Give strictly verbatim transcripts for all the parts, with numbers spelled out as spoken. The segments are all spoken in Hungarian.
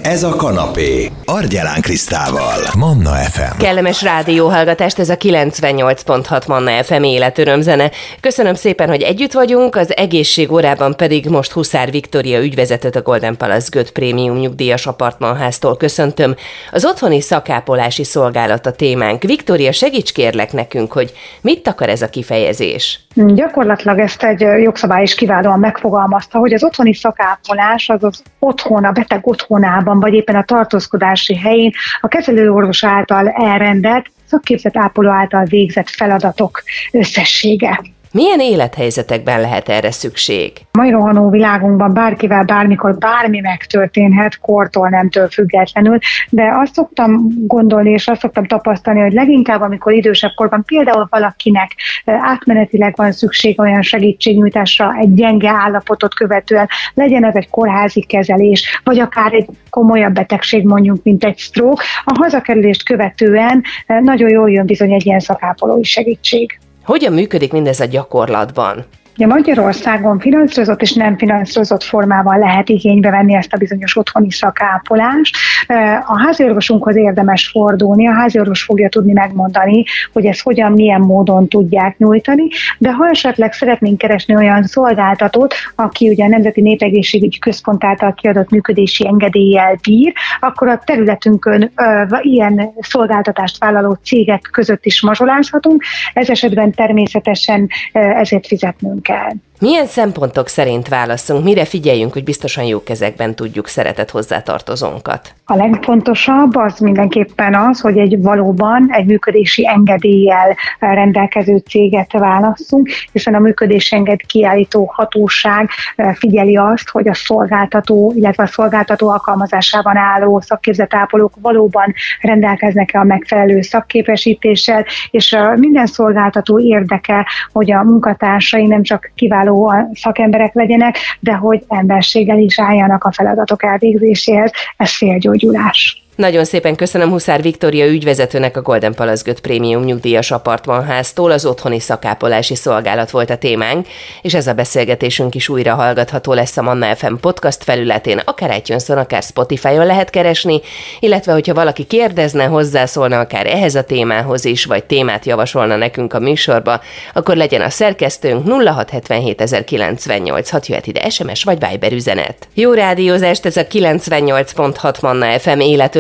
Ez a kanapé. Argyelán Krisztával. Manna ef em. Kellemes rádióhallgatást, ez a kilencvennyolc pont hat Manna ef em életörömzene. Köszönöm szépen, hogy együtt vagyunk, az egészség órában pedig most Huszár Viktória ügyvezetőt, a Golden Palace Göt Prémium nyugdíjas apartmanháztól köszöntöm. Az otthoni szakápolási szolgálat a témánk. Viktória, segíts kérlek nekünk, hogy mit akar ez a kifejezés? Gyakorlatilag ezt egy jogszabály is kiválóan megfogalmazta, hogy az otthoni szakápolás az az otthon, a beteg otthonában, vagy éppen a tartózkodási helyén a kezelőorvos által elrendelt, szakképzett ápoló által végzett feladatok összessége. Milyen élethelyzetekben lehet erre szükség? Mai rohanó világunkban bárkivel, bármikor, bármi megtörténhet, kortól, nemtől függetlenül, de azt szoktam gondolni, és azt szoktam tapasztalni, hogy leginkább, amikor idősebb korban például valakinek átmenetileg van szükség olyan segítségnyújtásra egy gyenge állapotot követően, legyen ez egy kórházi kezelés, vagy akár egy komolyabb betegség, mondjuk, mint egy stroke, a hazakerülést követően nagyon jól jön bizony egy ilyen szakápolói segítség. Hogyan működik mindez a gyakorlatban? Ja, Magyarországon finanszírozott és nem finanszírozott formában lehet igénybe venni ezt a bizonyos otthoni szakápolást. A háziorvosunkhoz érdemes fordulni, a háziorvos fogja tudni megmondani, hogy ezt hogyan, milyen módon tudják nyújtani, de ha esetleg szeretnénk keresni olyan szolgáltatót, aki ugye a Nemzeti Népegészségügyi Központ által kiadott működési engedéllyel bír, akkor a területünkön ö, ilyen szolgáltatást vállaló cégek között is mazsolázhatunk, ez esetben természetesen ö, ezért fizetnünk kell. Milyen szempontok szerint válasszunk, mire figyeljünk, hogy biztosan jó kezekben tudjuk szeretett hozzátartozónkat? A legfontosabb az mindenképpen az, hogy egy valóban egy működési engedéllyel rendelkező céget válasszunk, hiszen a működési engedély kiállító hatóság figyeli azt, hogy a szolgáltató, illetve a szolgáltató alkalmazásában álló szakképzett ápolók valóban rendelkeznek-e a megfelelő szakképesítéssel, és minden szolgáltató érdeke, hogy a munkatársai nem csak kiváló szakemberek legyenek, de hogy emberséggel is álljanak a feladatok elvégzéséhez. Ez félgyógyulás. Nagyon szépen köszönöm Huszár Viktória ügyvezetőnek, a Golden Palace Göt Prémium nyugdíjas apartmanháztól. Az otthoni szakápolási szolgálat volt a témánk, és ez a beszélgetésünk is újra hallgatható lesz a Manna ef em podcast felületén, akár iTunes-on, akár Spotify-on lehet keresni, illetve hogyha valaki kérdezne, hozzászólna akár ehhez a témához is, vagy témát javasolna nekünk a műsorba, akkor legyen a szerkesztőnk nulla hat hetvenhét ezerkilencvennyolc, hat jöhet ide es em es vagy Viber üzenet. Jó rádiózást, ez a kilencvennyolc pont hat Manna ef em életörömzene.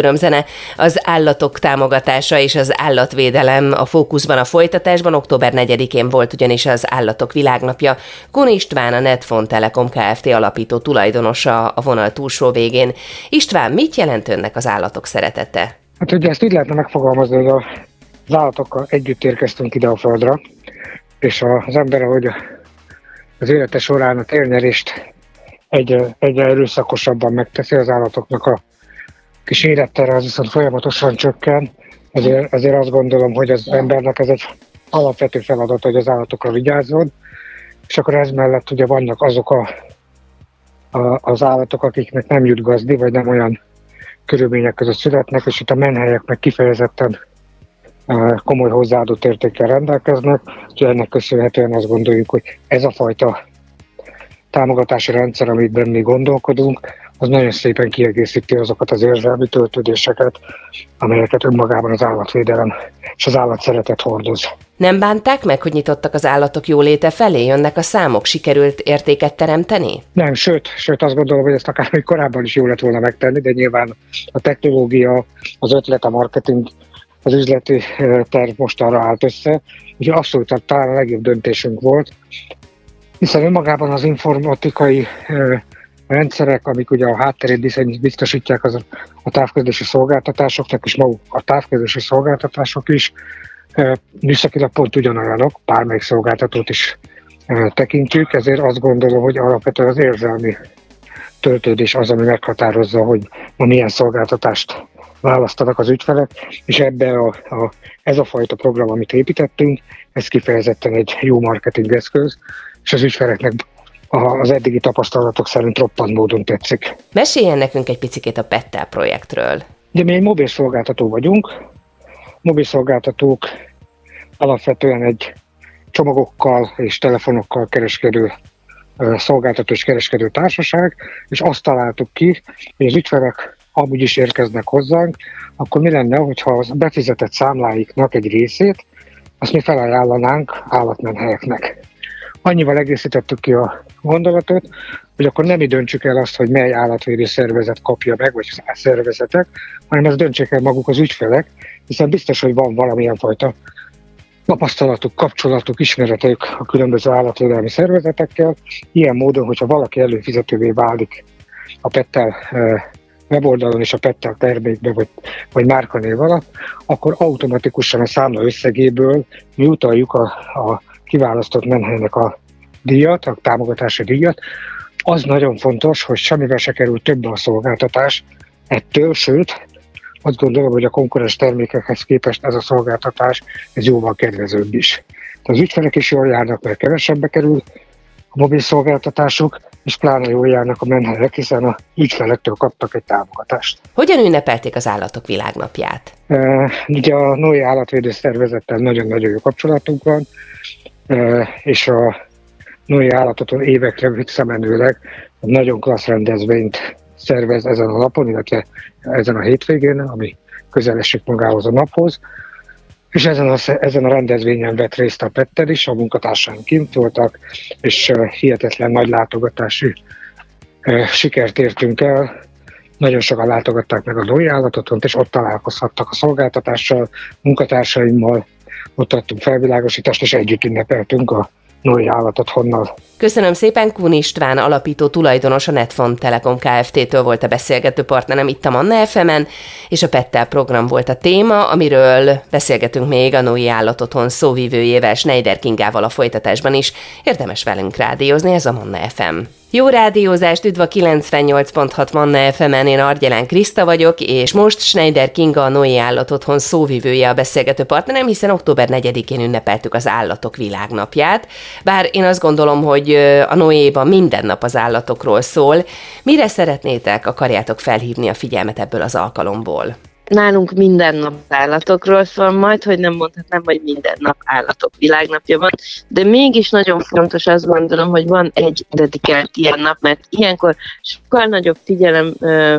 Az állatok támogatása és az állatvédelem a fókuszban a folytatásban. Október negyedikén volt ugyanis az Állatok Világnapja. Kun István, a Netfont Telekom Kft. Alapító tulajdonosa a vonal túlsó végén. István, mit jelent önnek az állatok szeretete? Hát ugye ezt így lehetne megfogalmazni, hogy az állatokkal együtt érkeztünk ide a földre, és az ember, ahogy az élete során a térnyerést egyre, egyre erőszakosabban megteszi, az állatoknak a kis élettere az viszont folyamatosan csökken, ezért, ezért azt gondolom, hogy az embernek ez egy alapvető feladat, hogy az állatokra vigyázzon, és akkor ez mellett ugye vannak azok a, a, az állatok, akiknek nem jut gazdi, vagy nem olyan körülmények között születnek, és itt a menhelyek meg kifejezetten uh, komoly hozzáadott értékkel rendelkeznek, úgyhogy ennek köszönhetően azt gondoljuk, hogy ez a fajta támogatási rendszer, amiben mi gondolkodunk, az nagyon szépen kiegészíti azokat az érzelmi töltődéseket, amelyeket önmagában az állatvédelem és az állatszeretet hordoz. Nem bánták meg, hogy nyitottak az állatok jóléte felé? Jönnek a számok, sikerült értéket teremteni? Nem, sőt, sőt azt gondolom, hogy ezt akár még korábban is jó lett volna megtenni, de nyilván a technológia, az ötlet, a marketing, az üzleti terv most arra állt össze, úgyhogy abszolút talán a legjobb döntésünk volt, hiszen önmagában az informatikai rendszerek, amik ugye a hátterét biztosítják az a távközlési szolgáltatásoknak, és maguk a távközlési szolgáltatások is műszakilag pont ugyanolyanok, bármelyik szolgáltatót is tekintjük, ezért azt gondolom, hogy alapvetően az érzelmi töltődés az, ami meghatározza, hogy ma milyen szolgáltatást választanak az ügyfelek, és ebbe a, a, ez a fajta program, amit építettünk, ez kifejezetten egy jó marketing eszköz, és az ügyfeleknek az eddigi tapasztalatok szerint roppant módon tetszik. Meséljen nekünk egy picikét a Pettel projektről. Ugye mi egy mobil szolgáltató vagyunk. Mobil szolgáltatók alapvetően egy csomagokkal és telefonokkal kereskedő szolgáltató és kereskedő társaság, és azt találtuk ki, hogy az ügyfelek amúgy is érkeznek hozzánk, akkor mi lenne, hogyha a befizetett számláiknak egy részét azt mi felajánlanánk állatmenhelyeknek. Annyival egészítettük ki a gondolatot, hogy akkor nem mi döntsük el azt, hogy mely állatvédő szervezet kapja meg, vagy szervezetek, hanem ezt döntsék el maguk az ügyfelek, hiszen biztos, hogy van valamilyen fajta tapasztalatuk, kapcsolatuk, ismeretük a különböző állatvédelmi szervezetekkel. Ilyen módon, hogyha valaki előfizetővé válik a Pettel weboldalon és a Pettel termékbe, vagy, vagy márkanév alatt, akkor automatikusan a számla összegéből mi utaljuk a, a kiválasztott menhelynek a díjat, a támogatási díjat. Az nagyon fontos, hogy semmivel se kerül többe a szolgáltatás ettől, sőt, azt gondolom, hogy a konkurens termékekhez képest ez a szolgáltatás ez jóval kedvezőbb is. De az ügyfelek is jól járnak, mert kevesebbe kerül a mobil szolgáltatásuk, és pláne jól járnak a menhelyek, hiszen az ügyfelektől kaptak egy támogatást. Hogyan ünnepelték az Állatok Világnapját? E, ugye a Noé Állatvédő Szervezettel nagyon-nagyon jó kapcsolatunk van, e, és a Noé Állatoton évekre visszamenőleg nagyon klassz rendezvényt szervez ezen a napon, illetve ezen a hétvégén, ami közel esik magához a naphoz. És ezen a, ezen a rendezvényen vett részt a Pettel is, a munkatársaim kint voltak, és uh, hihetetlen nagy látogatási uh, sikert értünk el. Nagyon sokan látogatták meg a Noé Állatotthont, és ott találkozhattak a szolgáltatással, munkatársaimmal, ott adtunk felvilágosítást, és együtt ünnepeltünk a Noé Állatotthonnal. Köszönöm szépen, Kun István, alapító tulajdonos, a Netfont Telekom Kft-től volt a beszélgető partnerem itt a Manna ef emen, és a Pettel program volt a téma, amiről beszélgetünk még a Noé Állatotthon szóvivőjével, Schneider Kingával a folytatásban is. Érdemes velünk rádiózni, ez a Manna ef em. Jó rádiózást, üdv a kilencvennyolc pont hat Manna ef emen, én Argyelán Kriszta vagyok, és most Schneider Kinga, a Noé Állatotthon szóvivője a beszélgető partnerem, hiszen október negyedikén ünnepeltük az Állatok Világnapját. Bár én azt gondolom, hogy a Noéban minden nap az állatokról szól. Mire szeretnétek, akarjátok felhívni a figyelmet ebből az alkalomból? Nálunk minden nap állatokról szól, majd, hogy nem mondhatnám, hogy minden nap Állatok Világnapja van, de mégis nagyon fontos, azt gondolom, hogy van egy dedikált ilyen nap, mert ilyenkor sokkal nagyobb figyelem ö,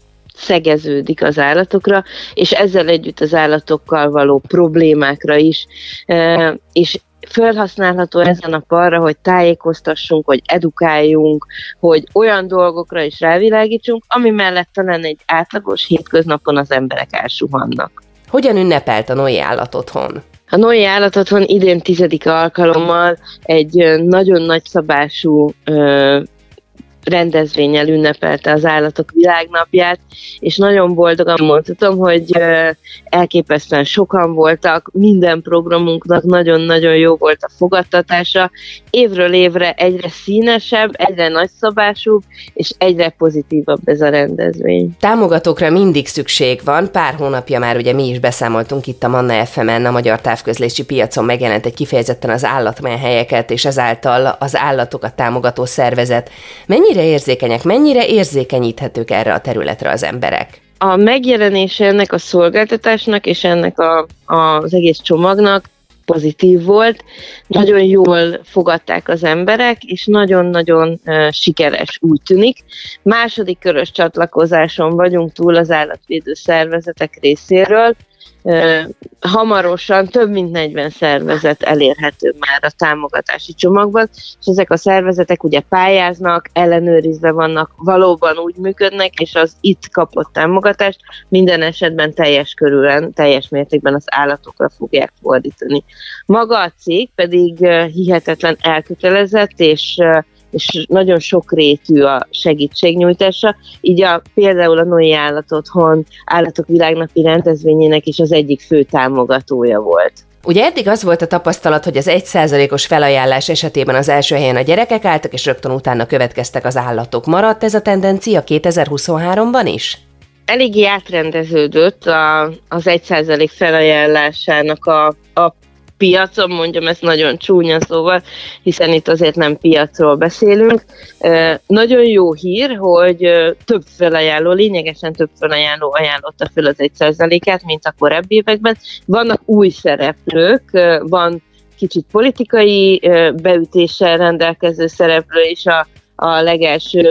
szegeződik az állatokra, és ezzel együtt az állatokkal való problémákra is, ö, és felhasználható ez a nap arra, hogy tájékoztassunk, hogy edukáljunk, hogy olyan dolgokra is rávilágítsunk, ami mellett talán egy átlagos hétköznapon az emberek elsuhannak. Hogyan ünnepelt a Noé Állatotthon? A Noé Állatotthon idén tizedik alkalommal egy nagyon nagyszabású ö, rendezvénnyel ünnepelte az Állatok Világnapját, és nagyon boldogan mondhatom, hogy elképesztően sokan voltak, minden programunknak nagyon-nagyon jó volt a fogadtatása, évről évre egyre színesebb, egyre nagyszabásúbb, és egyre pozitívabb ez a rendezvény. Támogatókra mindig szükség van, pár hónapja már ugye mi is beszámoltunk itt a Manna ef emen, a magyar távközlési piacon megjelent egy kifejezetten az állatmenhelyeket, és ezáltal az állatokat támogató szervezet. Mennyire érzékenyek, mennyire érzékenyíthetők erre a területre az emberek? A megjelenése ennek a szolgáltatásnak és ennek a, az egész csomagnak pozitív volt, nagyon jól fogadták az emberek, és nagyon-nagyon uh, sikeres, úgy tűnik. Második körös csatlakozáson vagyunk túl az állatvédő szervezetek részéről. Uh, hamarosan több mint negyven szervezet elérhető már a támogatási csomagban, és ezek a szervezetek ugye pályáznak, ellenőrizve vannak, valóban úgy működnek, és az itt kapott támogatást minden esetben teljes körülön, teljes mértékben az állatokra fogják fordítani. Maga a cég pedig uh, hihetetlen elkötelezett, és uh, és nagyon sokrétű a segítségnyújtása, így a, például a Noé Állatotthon Állatok Világnapi rendezvényének is az egyik fő támogatója volt. Ugye eddig az volt a tapasztalat, hogy az egy százalékos felajánlás esetében az első helyen a gyerekek álltak, és rögtön utána következtek az állatok. Maradt ez a tendencia kétezer-huszonháromban is? Eléggé átrendeződött a, az egy százalék felajánlásának a, a piacon, mondjam ezt nagyon csúnya szóval, hiszen itt azért nem piacról beszélünk. E, nagyon jó hír, hogy több felajánló, lényegesen több felajánló ajánlotta fel az egy százalékát, mint a korábbi években. Vannak új szereplők, van kicsit politikai beütéssel rendelkező szereplő is, a, a legelső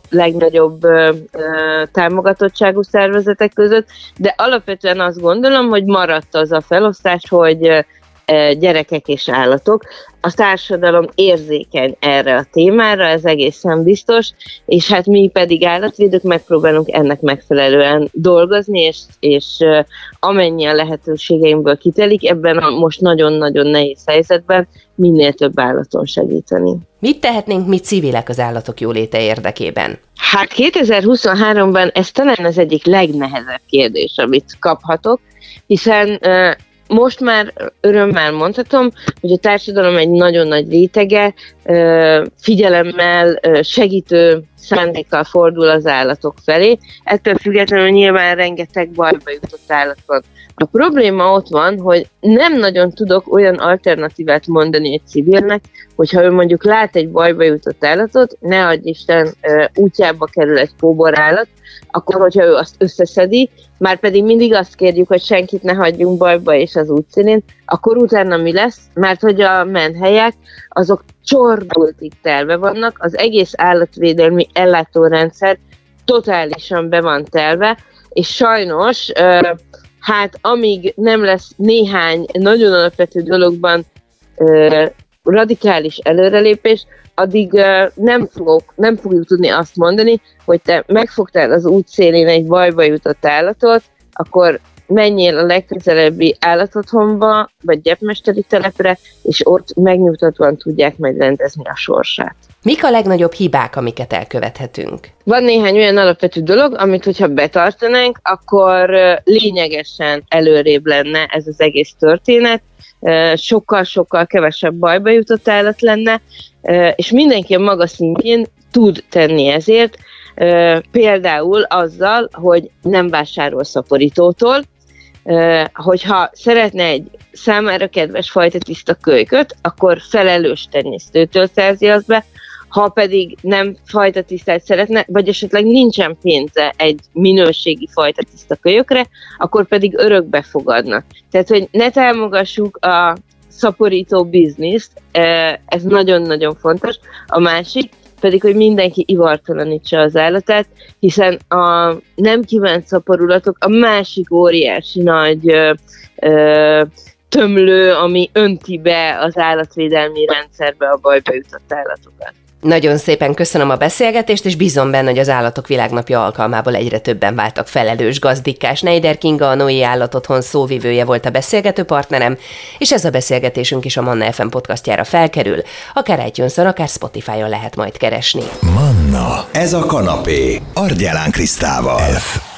legnagyobb ö, ö, támogatottságú szervezetek között, de alapvetően azt gondolom, hogy maradt az a felosztás, hogy ö, gyerekek és állatok. A társadalom érzékeny erre a témára, ez egészen biztos, és hát mi pedig állatvédők megpróbálunk ennek megfelelően dolgozni, és, és amennyi a lehetőségeinkből kitelik, ebben a most nagyon-nagyon nehéz helyzetben minél több állaton segíteni. Mit tehetnénk mi civilek az állatok jóléte érdekében? Hát kétezer-huszonháromban ez talán az egyik legnehezebb kérdés, amit kaphatok, hiszen most már örömmel mondhatom, hogy a társadalom egy nagyon nagy rétege figyelemmel, segítő szándékkal fordul az állatok felé. Ettől függetlenül nyilván rengeteg bajba jutott állat van. A probléma ott van, hogy nem nagyon tudok olyan alternatívát mondani egy civilnek, hogyha ő mondjuk lát egy bajba jutott állatot, ne adj Isten, útjába kerül egy kóborállat, akkor hogyha ő azt összeszedi, már pedig mindig azt kérjük, hogy senkit ne hagyjunk bajba és az útszínén, akkor utána mi lesz? Mert hogy a menhelyek azok csordultig telve vannak, az egész állatvédelmi ellátórendszer totálisan be van telve, és sajnos hát amíg nem lesz néhány nagyon alapvető dologban radikális előrelépés, addig uh, nem, fogok, nem fogjuk tudni azt mondani, hogy te megfogtál az útszélén egy bajba jutott állatot, akkor menjél a legközelebbi állatotthonba, vagy gyepmesteri telepre, és ott megnyugtatóan tudják majd rendezni a sorsát. Mik a legnagyobb hibák, amiket elkövethetünk? Van néhány olyan alapvető dolog, amit hogyha betartanánk, akkor lényegesen előrébb lenne ez az egész történet, sokkal-sokkal kevesebb bajba jutott állat lenne, és mindenki a maga szintjén tud tenni ezért, például azzal, hogy nem vásárol szaporítótól, hogyha szeretne egy számára kedves fajta tiszta kölyköt, akkor felelős tenyésztőtől szerzi azt be, ha pedig nem fajta tisztát szeretne, vagy esetleg nincsen pénze egy minőségi fajta tiszta kölyökre, akkor pedig örökbe fogadnak. Tehát, hogy ne támogassuk a szaporító bizniszt, ez nagyon-nagyon fontos. A másik pedig, hogy mindenki ivartalanítsa az állatát, hiszen a nem kívánt szaporulatok a másik óriási nagy ö, ö, tömlő, ami önti be az állatvédelmi rendszerbe a bajba jutott állatokat. Nagyon szépen köszönöm a beszélgetést, és bízom benne, hogy az Állatok Világnapja alkalmából egyre többen váltak felelős gazdikká. Schneider Kinga, a Noé Állatotthon szóvivője volt a beszélgető partnerem, és ez a beszélgetésünk is a Manna ef em podcastjára felkerül, akár iTunes-on, akár Spotify-on lehet majd keresni. Manna, ez a kanapé, Argyelán Krisztával.